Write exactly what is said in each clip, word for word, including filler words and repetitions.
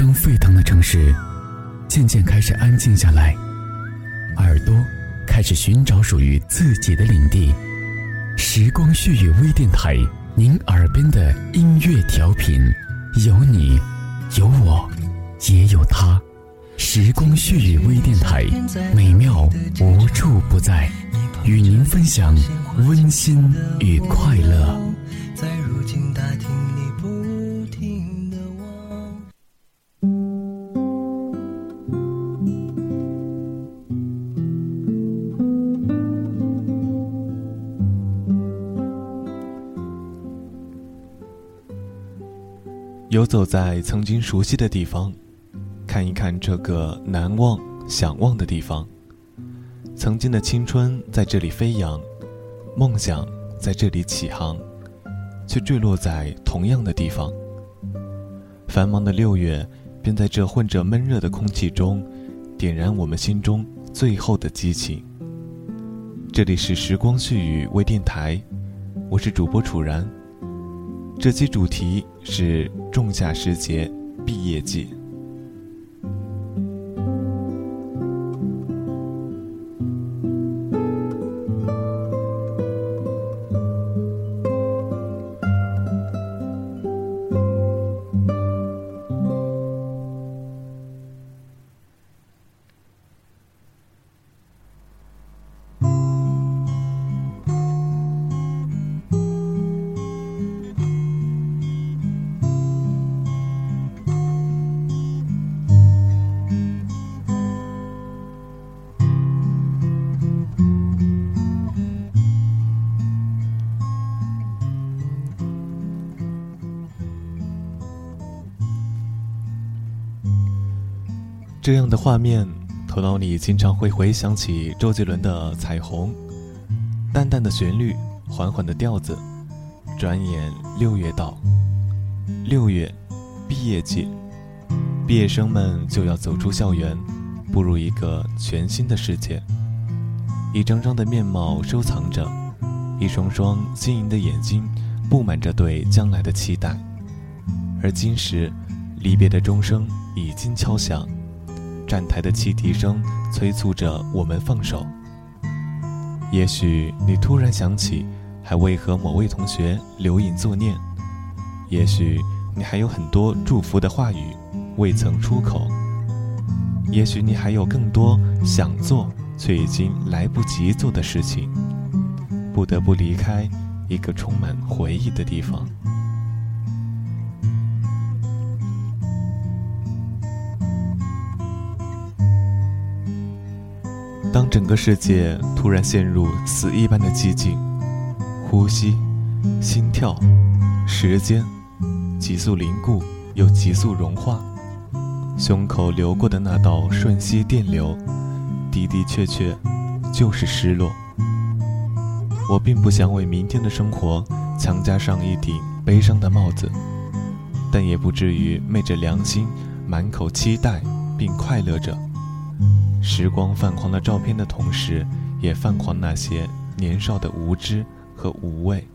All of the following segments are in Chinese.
声沸腾的城市渐渐开始安静下来，耳朵开始寻找属于自己的领地。时光絮语微电台，您耳边的音乐调频，有你有我也有他。时光絮语微电台，美妙无处不在，与您分享温馨与快乐。 在如今大厅里不停地望。 游走在曾经熟悉的地方，看一看这个难忘想忘的地方。曾经的青春在这里飞扬，梦想在这里起航，却坠落在同样的地方。繁忙的六月便在这混着闷热的空气中点燃我们心中最后的激情。这里是时光絮语微电台，我是主播楚然。这期主题是仲夏时节毕业季。这样的画面，头脑里经常会回想起周杰伦的《彩虹》，淡淡的旋律，缓缓的调子。转眼六月到，六月，毕业季，毕业生们就要走出校园，步入一个全新的世界。一张张的面貌收藏着，一双双晶莹的眼睛布满着对将来的期待。而今时，离别的钟声已经敲响。站台的汽笛声催促着我们放手。也许你突然想起还未和某位同学留影作念，也许你还有很多祝福的话语未曾出口，也许你还有更多想做却已经来不及做的事情，不得不离开一个充满回忆的地方。当整个世界突然陷入死一般的寂静，呼吸、心跳、时间急速凝固又急速融化，胸口流过的那道瞬息电流，的的确确就是失落。我并不想为明天的生活强加上一顶悲伤的帽子，但也不至于昧着良心满口期待并快乐着。时光泛黄了照片的同时，也泛黄那些年少的无知和无畏。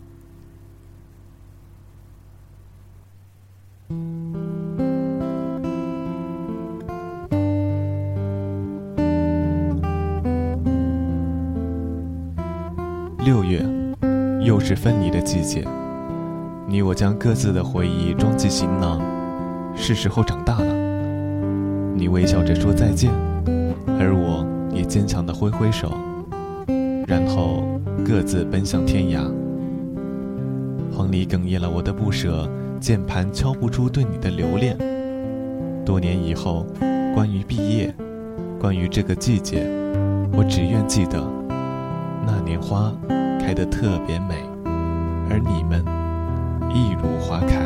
六月，又是分离的季节。你我将各自的回忆装进行囊，是时候长大了。你微笑着说再见，而我也坚强地挥挥手，然后各自奔向天涯。黄鹂哽咽了我的不舍，键盘敲不出对你的留恋。多年以后，关于毕业，关于这个季节，我只愿记得那年花开得特别美，而你们一如花开。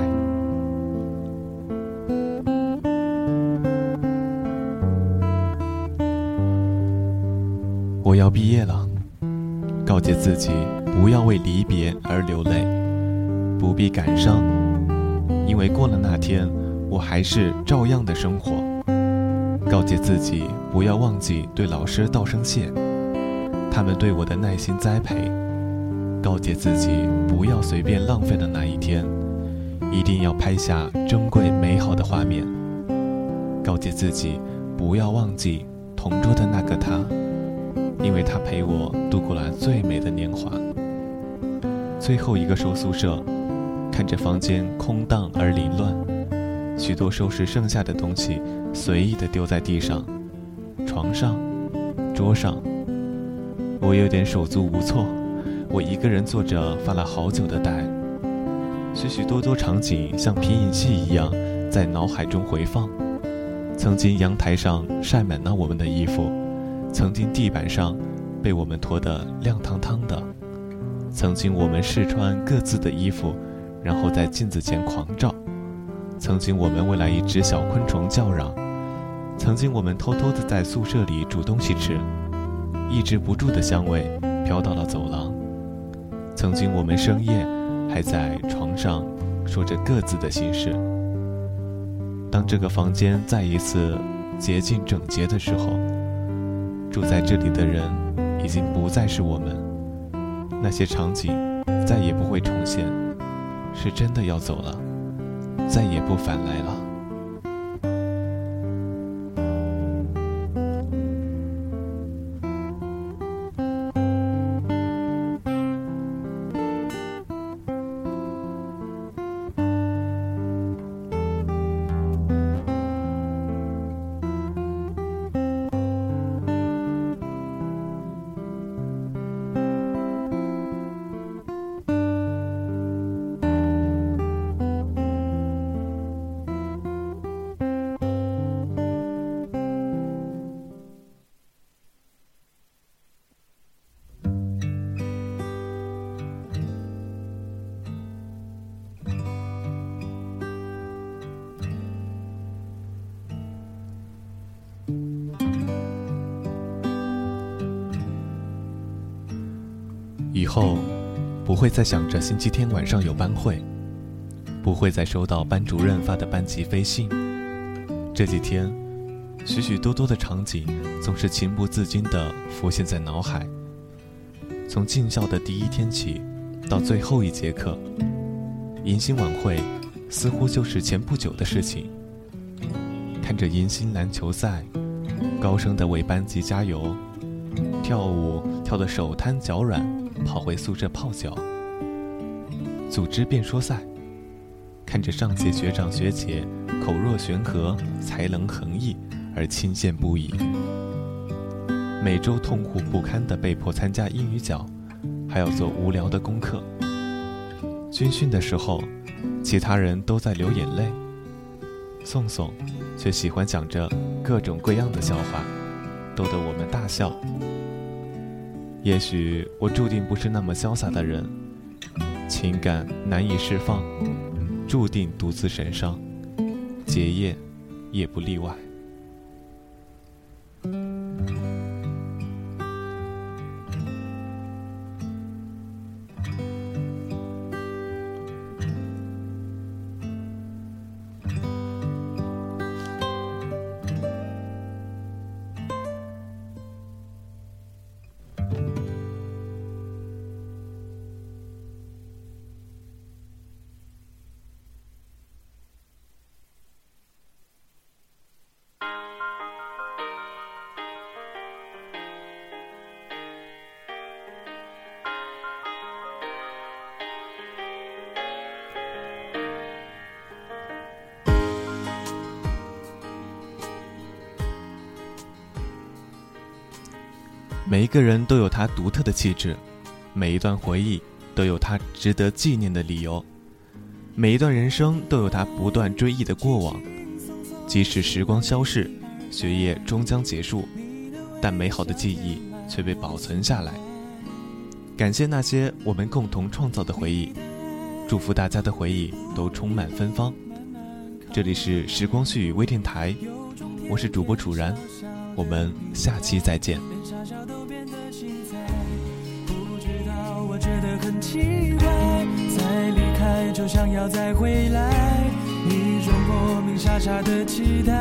我要毕业了，告诫自己不要为离别而流泪，不必感伤，因为过了那天，我还是照样的生活。告诫自己不要忘记对老师道声谢，他们对我的耐心栽培。告诫自己不要随便浪费了那一天，一定要拍下珍贵美好的画面。 告诫自己不要忘记同桌的那个他，因为他陪我度过了最美的年华。最后一个收宿舍，看着房间空荡而凌乱，许多收拾剩下的东西随意地丢在地上、床上、桌上。我有点手足无措，我一个人坐着发了好久的呆，许许多多场景像皮影戏一样在脑海中回放。曾经阳台上晒满了我们的衣服，曾经地板上被我们拖得亮堂堂的，曾经我们试穿各自的衣服，然后在镜子前狂照，曾经我们为了一只小昆虫叫嚷，曾经我们偷偷地在宿舍里煮东西吃，抑制不住的香味飘到了走廊，曾经我们深夜还在床上说着各自的心事。当这个房间再一次洁净整洁的时候，住在这里的人已经不再是我们，那些场景再也不会重现，是真的要走了，再也不返来了。以后不会再想着星期天晚上有班会，不会再收到班主任发的班级飞信。这几天许许多多的场景总是情不自禁地浮现在脑海，从进校的第一天起到最后一节课，迎新晚会似乎就是前不久的事情。看着迎新篮球赛，高声地为班级加油，跳舞跳得手瘫脚软，跑回宿舍泡脚。组织辩说赛，看着上届学长学姐口若悬河，才能横溢而倾羡不已。每周痛苦不堪地被迫参加英语角，还要做无聊的功课。军训的时候，其他人都在流眼泪，宋宋却喜欢讲着各种各样的笑话，逗得我们大笑。也许我注定不是那么潇洒的人，情感难以释放，注定独自神伤，结业也不例外。每一个人都有他独特的气质，每一段回忆都有他值得纪念的理由，每一段人生都有他不断追忆的过往。即使时光消逝，学业终将结束，但美好的记忆却被保存下来。感谢那些我们共同创造的回忆，祝福大家的回忆都充满芬芳。这里是时光絮语微电台，我是主播楚然，我们下期再见。 我觉得很奇怪，再离开就想要再回来，一种莫名傻傻的期待。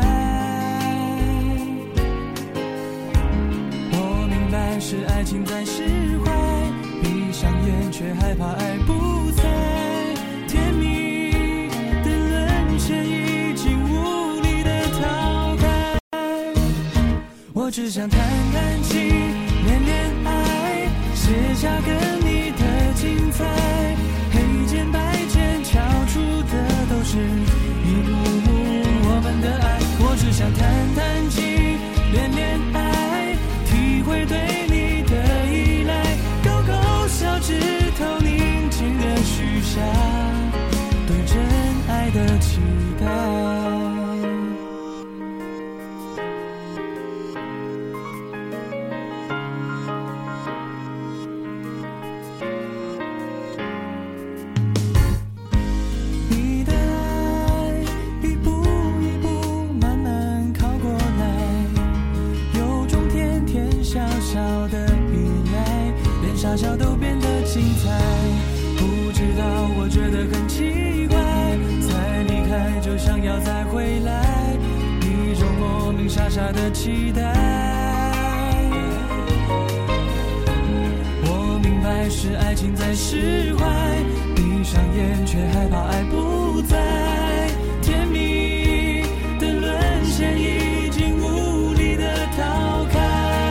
我明白是爱情在释怀，闭上眼却害怕爱不在，甜蜜的沦陷已经无力的逃开。 只想弹弹琴，恋恋爱，写下跟你的精彩。黑键白键敲出的都是一幕幕我们的爱。我只想弹弹琴，恋恋爱，体会对你的依赖。勾勾小指头，宁静地许下对真爱的期待。大小都变得精彩，不知道我觉得很奇怪，才离开就想要再回来，一种莫名傻傻的期待。我明白是爱情在释怀，闭上眼却害怕爱不在，甜蜜的沦陷已经无力的逃开。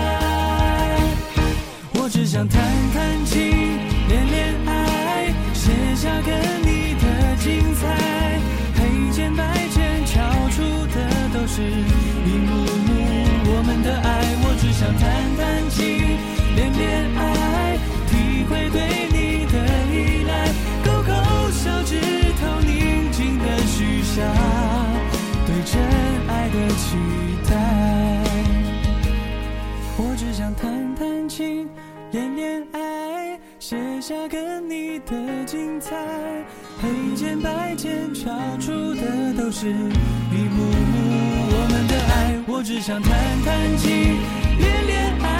我只想弹弹琴，恋恋爱，写下跟你的精彩。黑键白键敲出的都是一幕幕我们的爱。我只想弹弹琴，恋恋爱，体会对你的依赖。勾勾小指头，宁静地许下对真爱的期待。我只想弹弹琴，恋恋爱，写下跟你的精彩。黑键白键敲出的都是一幕幕我们的爱。我只想弹弹琴，恋恋爱，